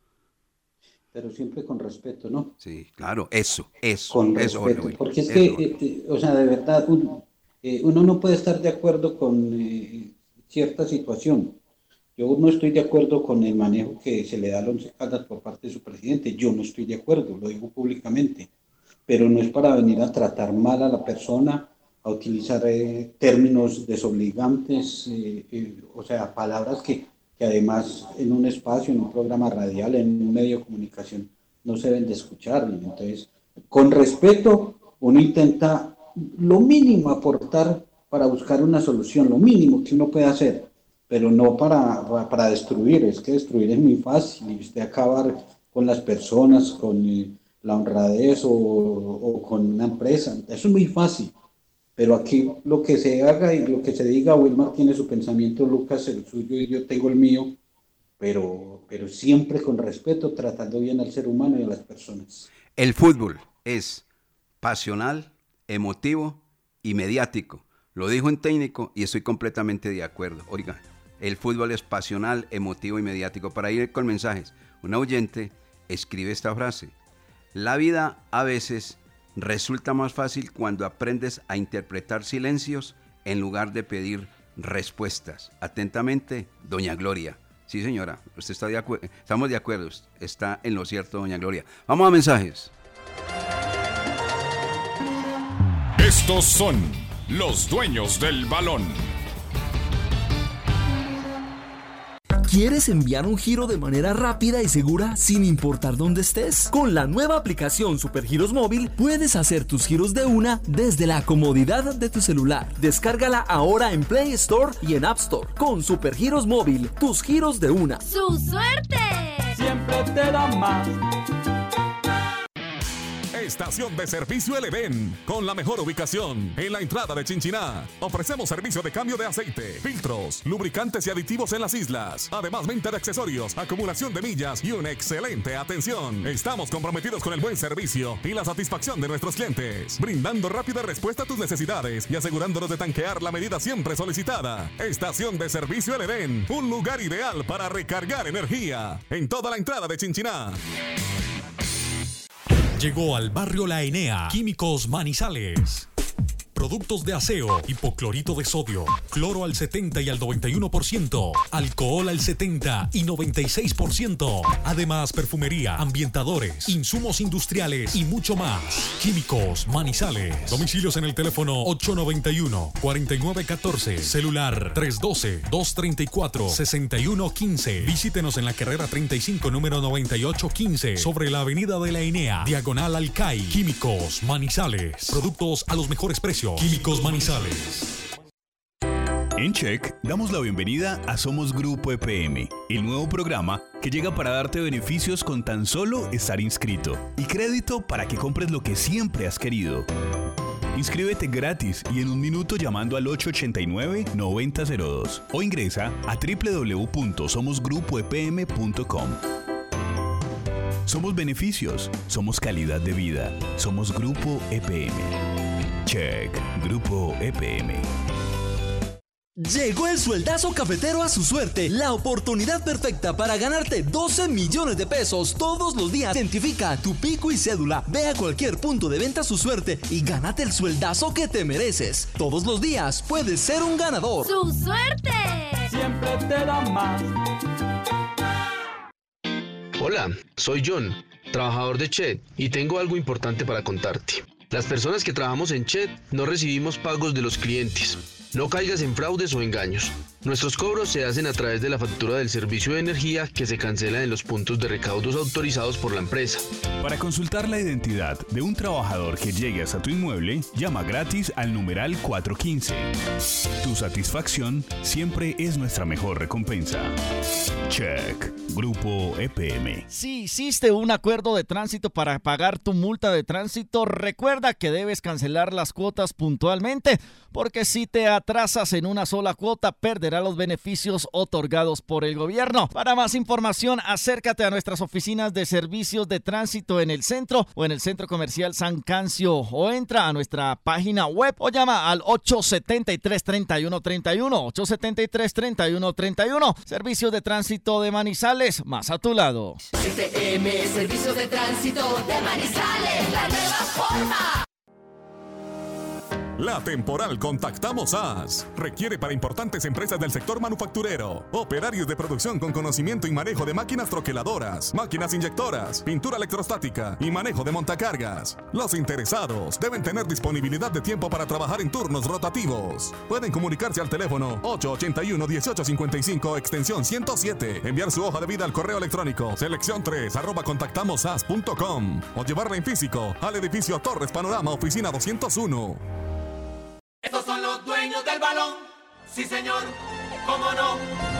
Pero siempre con respeto, ¿no? Sí, claro, eso. Con respeto, porque es que, o sea, de verdad, uno no puede estar de acuerdo con cierta situación. Yo no estoy de acuerdo con el manejo que se le da al Once Caldas por parte de su presidente. Yo no estoy de acuerdo, lo digo públicamente. Pero no es para venir a tratar mal a la persona, a utilizar términos desobligantes, o sea, palabras que además en un espacio, en un programa radial, en un medio de comunicación, no se deben de escuchar. Entonces, con respeto, uno intenta lo mínimo aportar para buscar una solución, lo mínimo que uno puede hacer, pero no para destruir. Es que destruir es muy fácil, y usted acabar con las personas, con la honradez o con una empresa, eso es muy fácil. Pero aquí lo que se haga y lo que se diga, Wilmar tiene su pensamiento, Lucas el suyo y yo tengo el mío, pero siempre con respeto, tratando bien al ser humano y a las personas. El fútbol es pasional, emotivo y mediático. Lo dijo un técnico y estoy completamente de acuerdo. Oiga, el fútbol es pasional, emotivo y mediático. Para ir con mensajes, un oyente escribe esta frase: la vida a veces resulta más fácil cuando aprendes a interpretar silencios en lugar de pedir respuestas. Atentamente, doña Gloria. Sí, señora, usted está de acuerdo, estamos de acuerdo, está en lo cierto, doña Gloria. Vamos a mensajes. Estos son los dueños del balón. ¿Quieres enviar un giro de manera rápida y segura sin importar dónde estés? Con la nueva aplicación Supergiros Móvil puedes hacer tus giros de una desde la comodidad de tu celular. Descárgala ahora en Play Store y en App Store. Con Supergiros Móvil, tus giros de una. ¡Su suerte! Siempre te da más. Estación de Servicio El Edén, con la mejor ubicación en la entrada de Chinchiná. Ofrecemos servicio de cambio de aceite, filtros, lubricantes y aditivos en las islas. Además, venta de accesorios, acumulación de millas y una excelente atención. Estamos comprometidos con el buen servicio y la satisfacción de nuestros clientes, brindando rápida respuesta a tus necesidades y asegurándonos de tanquear la medida siempre solicitada. Estación de Servicio El Edén, un lugar ideal para recargar energía en toda la entrada de Chinchiná. Llegó al barrio La Enea, Químicos Manizales. Productos de aseo, hipoclorito de sodio, cloro al 70 y al 91%, alcohol al 70 y 96%. Además, perfumería, ambientadores, insumos industriales y mucho más. Químicos Manizales. Domicilios en el teléfono 891-4914, celular 312-234-6115. Visítenos en la carrera 35, número 9815, sobre la avenida de La Enea, diagonal al CAI. Químicos Manizales. Productos a los mejores precios. Químicos Manizales. En Check damos la bienvenida a Somos Grupo EPM, el nuevo programa que llega para darte beneficios con tan solo estar inscrito y crédito para que compres lo que siempre has querido. Inscríbete gratis y en un minuto llamando al 889-9002 o ingresa a www.somosgrupoepm.com. Somos beneficios, somos calidad de vida, somos Grupo EPM. Check, Grupo EPM. Llegó el sueldazo cafetero a su suerte, la oportunidad perfecta para ganarte 12 millones de pesos todos los días. Identifica tu pico y cédula, ve a cualquier punto de venta su suerte y gánate el sueldazo que te mereces. Todos los días puedes ser un ganador. ¡Su suerte! Siempre te da más. Hola, soy John, trabajador de Chet, y tengo algo importante para contarte. Las personas que trabajamos en Chet no recibimos pagos de los clientes. No caigas en fraudes o engaños. Nuestros cobros se hacen a través de la factura del servicio de energía que se cancela en los puntos de recaudos autorizados por la empresa. Para consultar la identidad de un trabajador que llegue hasta tu inmueble, llama gratis al numeral 415. Tu satisfacción siempre es nuestra mejor recompensa. Check, Grupo EPM. Si hiciste un acuerdo de tránsito para pagar tu multa de tránsito, recuerda que debes cancelar las cuotas puntualmente, porque si te atrasas en una sola cuota, perderás los beneficios otorgados por el gobierno. Para más información, acércate a nuestras oficinas de servicios de tránsito en el centro o en el Centro Comercial San Cancio, o entra a nuestra página web o llama al 873-3131, 873-3131. Servicios de tránsito de Manizales, más a tu lado. EPM, Servicio de Tránsito de Manizales, la nueva forma. La temporal Contactamos AS requiere para importantes empresas del sector manufacturero, operarios de producción con conocimiento y manejo de máquinas troqueladoras, máquinas inyectoras, pintura electrostática y manejo de montacargas. Los interesados deben tener disponibilidad de tiempo para trabajar en turnos rotativos. Pueden comunicarse al teléfono 881-1855 extensión 107, enviar su hoja de vida al correo electrónico seleccion3@contactamosas.com o llevarla en físico al edificio Torres Panorama, oficina 201. Estos son los dueños del balón, sí señor, cómo no.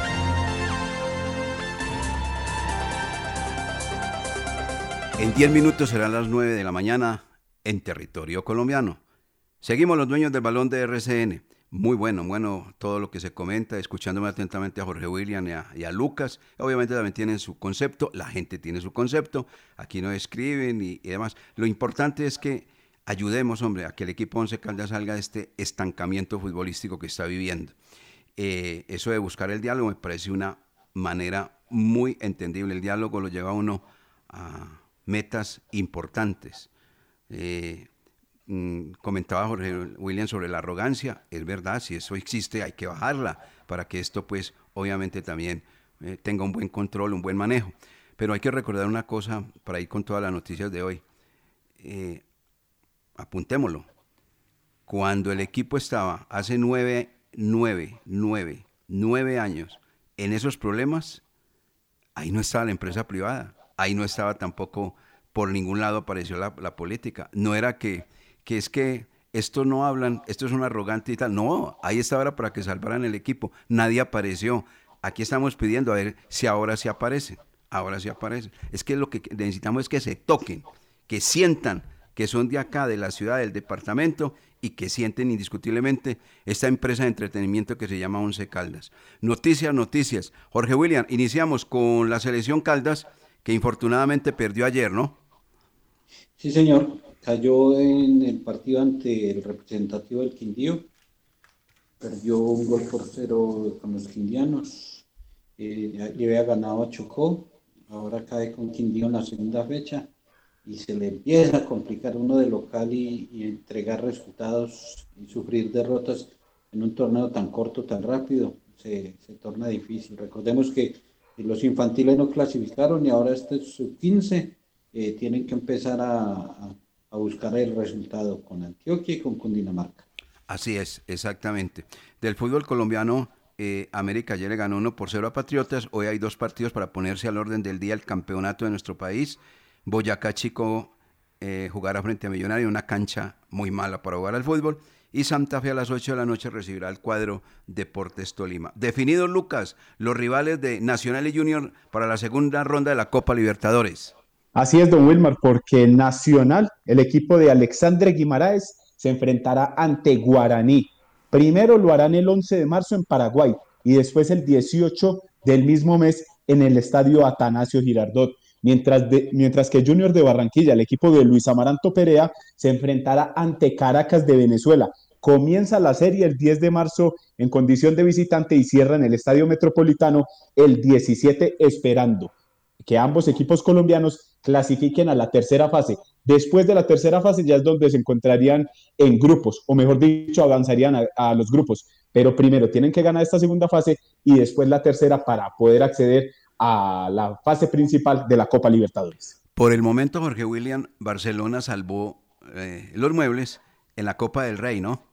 En 10 minutos serán las 9 de la mañana en territorio colombiano. Seguimos los dueños del balón de RCN. Muy bueno todo lo que se comenta, escuchándome atentamente a Jorge William y a Lucas. Obviamente también tienen su concepto, la gente tiene su concepto, aquí nos escriben y demás. Lo importante es que ayudemos, hombre, a que el equipo Once Caldas salga de este estancamiento futbolístico que está viviendo. Eso de buscar el diálogo me parece una manera muy entendible. El diálogo lo lleva a uno a metas importantes. Comentaba Jorge William sobre la arrogancia. Es verdad, si eso existe hay que bajarla para que esto pues obviamente también tenga un buen control, un buen manejo. Pero hay que recordar una cosa para ir con todas las noticias de hoy. Apuntémoslo. Cuando el equipo estaba hace 9 años en esos problemas, ahí no estaba la empresa privada, ahí no estaba tampoco, por ningún lado apareció la política. No era que es que esto no hablan, esto es un arrogante y tal. No, ahí estaba para que salvaran el equipo. Nadie apareció. Aquí estamos pidiendo a ver si ahora sí aparecen. Ahora sí aparecen. Es que lo que necesitamos es que se toquen, que sientan que son de acá, de la ciudad, del departamento, y que sienten indiscutiblemente esta empresa de entretenimiento que se llama Once Caldas. Noticias. Jorge William, iniciamos con la selección Caldas, que infortunadamente perdió ayer, ¿no? Sí, señor. Cayó en el partido ante el representativo del Quindío. Perdió 1-0 con los quindianos. Le había ganado a Chocó. Ahora cae con Quindío en la segunda fecha. Y se le empieza a complicar uno de local y entregar resultados y sufrir derrotas en un torneo tan corto, tan rápido. Se torna difícil. Recordemos que los infantiles no clasificaron y ahora este sub-15 tienen que empezar a buscar el resultado con Antioquia y con Cundinamarca. Así es, exactamente. Del fútbol colombiano, América ayer le ganó 1-0 a Patriotas. Hoy hay 2 partidos para ponerse al orden del día el campeonato de nuestro país. Boyacá Chico jugará frente a Millonario en una cancha muy mala para jugar al fútbol. Y Santa Fe a las 8 de la noche recibirá el cuadro Deportes Tolima. Definidos, Lucas, los rivales de Nacional y Junior para la segunda ronda de la Copa Libertadores. Así es, don Wilmar, porque Nacional, el equipo de Alexandre Guimaraes, se enfrentará ante Guaraní. Primero lo harán el 11 de marzo en Paraguay y después el 18 del mismo mes en el estadio Atanasio Girardot. Mientras que Junior de Barranquilla, el equipo de Luis Amaranto Perea, se enfrentará ante Caracas de Venezuela. Comienza la serie el 10 de marzo en condición de visitante y cierra en el Estadio Metropolitano el 17, esperando que ambos equipos colombianos clasifiquen a la tercera fase. Después de la tercera fase ya es donde se encontrarían en grupos, o mejor dicho, avanzarían a los grupos. Pero primero tienen que ganar esta segunda fase y después la tercera para poder acceder a la fase principal de la Copa Libertadores. Por el momento, Jorge William, Barcelona salvó los muebles en la Copa del Rey, ¿no?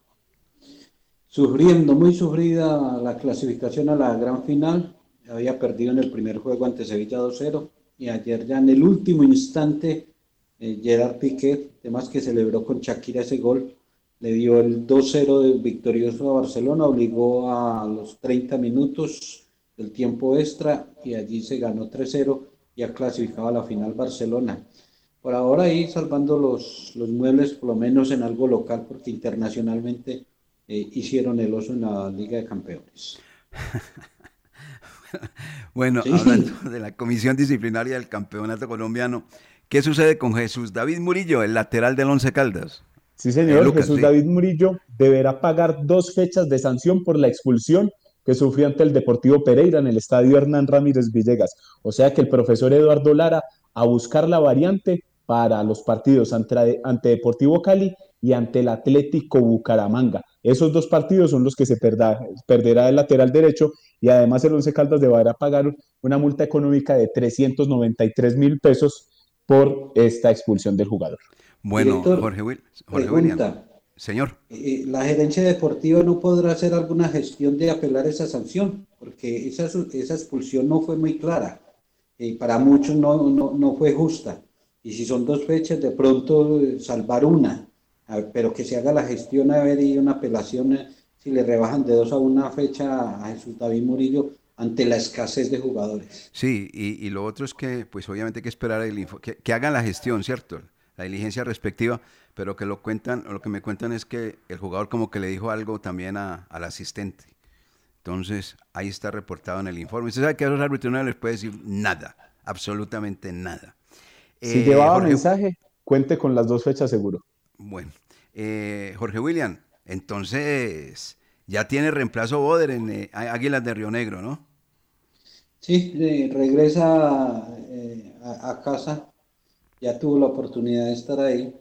Sufriendo, muy sufrida la clasificación a la gran final. Había perdido en el primer juego ante Sevilla 2-0 y ayer ya en el último instante Gerard Piqué, además que celebró con Shakira ese gol, le dio el 2-0 victorioso a Barcelona, obligó a los 30 minutos del tiempo extra y allí se ganó 3-0 y ha clasificado a la final Barcelona. Por ahora ahí salvando los muebles, por lo menos en algo local, porque internacionalmente hicieron el oso en la Liga de Campeones. Bueno, sí. Hablando de la comisión disciplinaria del campeonato colombiano, ¿qué sucede con Jesús David Murillo, el lateral del Once Caldas? Sí, señor, Lucas, Jesús David Murillo deberá pagar 2 fechas de sanción por la expulsión que sufrió ante el Deportivo Pereira en el estadio Hernán Ramírez Villegas. O sea que el profesor Eduardo Lara a buscar la variante para los partidos ante Deportivo Cali y ante el Atlético Bucaramanga. Esos 2 partidos son los que se perderá el lateral derecho y además el Once Caldas deberá pagar una multa económica de 393,000 pesos por esta expulsión del jugador. Bueno, Director, Jorge William. Señor. La gerencia deportiva no podrá hacer alguna gestión de apelar esa sanción, porque esa expulsión no fue muy clara. Para muchos no fue justa. Y si son 2 fechas, de pronto salvar una. Pero que se haga la gestión, a ver, y una apelación, si le rebajan de 2 a 1 fecha a Jesús David Murillo ante la escasez de jugadores. Sí, y lo otro es que, pues obviamente hay que esperar que hagan la gestión, ¿cierto? La diligencia respectiva, pero que lo que me cuentan es que el jugador como que le dijo algo también al asistente. Entonces, ahí está reportado en el informe. Usted sabe que a los árbitros no les puede decir nada, absolutamente nada. Si llevaba mensaje, cuente con las 2 fechas seguro. Bueno, Jorge William, entonces ya tiene reemplazo Boder en Águilas de Río Negro, ¿no? Sí, regresa a casa, ya tuvo la oportunidad de estar ahí.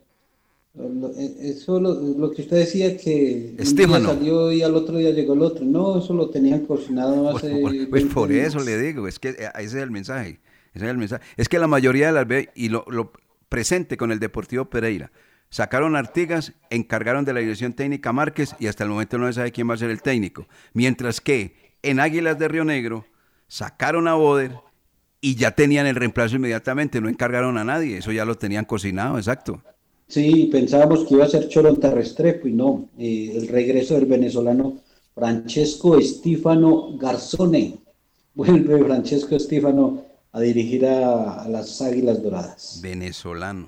Eso lo que usted decía, que un día salió y al otro día llegó el otro. No, eso lo tenían cocinado hace... Pues por eso le digo, es que ese es el mensaje. Es que la mayoría de las veces, y lo presente con el Deportivo Pereira, sacaron a Artigas, encargaron de la dirección técnica a Márquez y hasta el momento no se sabe quién va a ser el técnico. Mientras que en Águilas de Río Negro sacaron a Boder y ya tenían el reemplazo inmediatamente, no encargaron a nadie, eso ya lo tenían cocinado, exacto. Sí, pensábamos que iba a ser Choronta Restrepo y no, el regreso del venezolano Francesco Stefano Garzone. Vuelve Francesco Stefano a dirigir a las Águilas Doradas. Venezolano.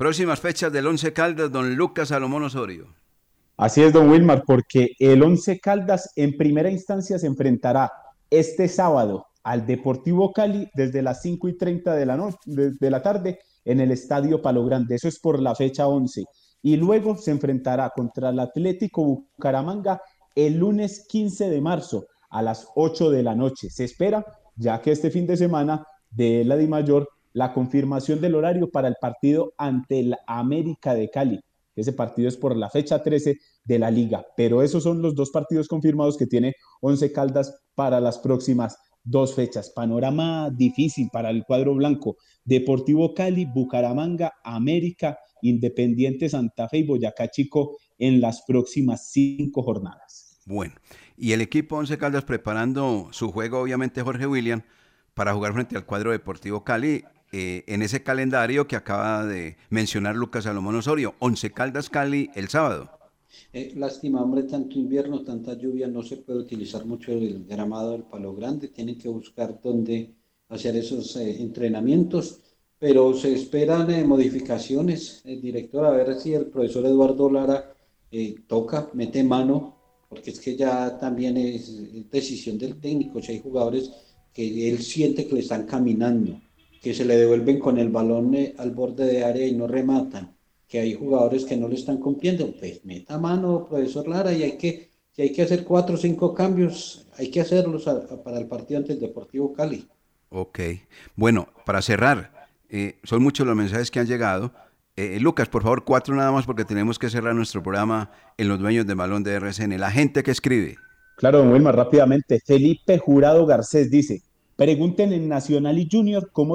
Próximas fechas del Once Caldas, don Lucas Salomón Osorio. Así es, don Wilmar, porque el Once Caldas en primera instancia se enfrentará este sábado al Deportivo Cali desde las 5:30 de la tarde en el Estadio Palo Grande. Eso es por la fecha 11. Y luego se enfrentará contra el Atlético Bucaramanga el lunes 15 de marzo a las 8 de la noche. Se espera, ya que este fin de semana de la DIMAYOR, la confirmación del horario para el partido ante el América de Cali. Ese partido es por la fecha 13 de la liga, pero esos son los dos partidos confirmados que tiene Once Caldas para las próximas 2 fechas. Panorama difícil para el cuadro blanco. Deportivo Cali, Bucaramanga, América, Independiente Santa Fe y Boyacá Chico en las próximas 5 jornadas. Bueno, y el equipo Once Caldas preparando su juego, obviamente, Jorge William, para jugar frente al cuadro Deportivo Cali, en ese calendario que acaba de mencionar Lucas Salomón Osorio, Once Caldas Cali el sábado. Lástima, hombre, tanto invierno, tanta lluvia, no se puede utilizar mucho el gramado del Palo Grande, tienen que buscar dónde hacer esos entrenamientos, pero se esperan modificaciones. El director, a ver si el profesor Eduardo Lara mete mano, porque es que ya también es decisión del técnico, si hay jugadores que él siente que le están caminando, que se le devuelven con el balón al borde de área y no rematan, que hay jugadores que no le están cumpliendo, pues meta mano, profesor Lara, y si hay que hacer 4 o 5 cambios, hay que hacerlos para el partido ante el Deportivo Cali. Ok, bueno, para cerrar, son muchos los mensajes que han llegado. Lucas, por favor, 4 nada más porque tenemos que cerrar nuestro programa en los dueños de balón de RCN. La gente que escribe. Claro, don Wilmar, rápidamente. Felipe Jurado Garcés dice, pregunten en Nacional y Junior cómo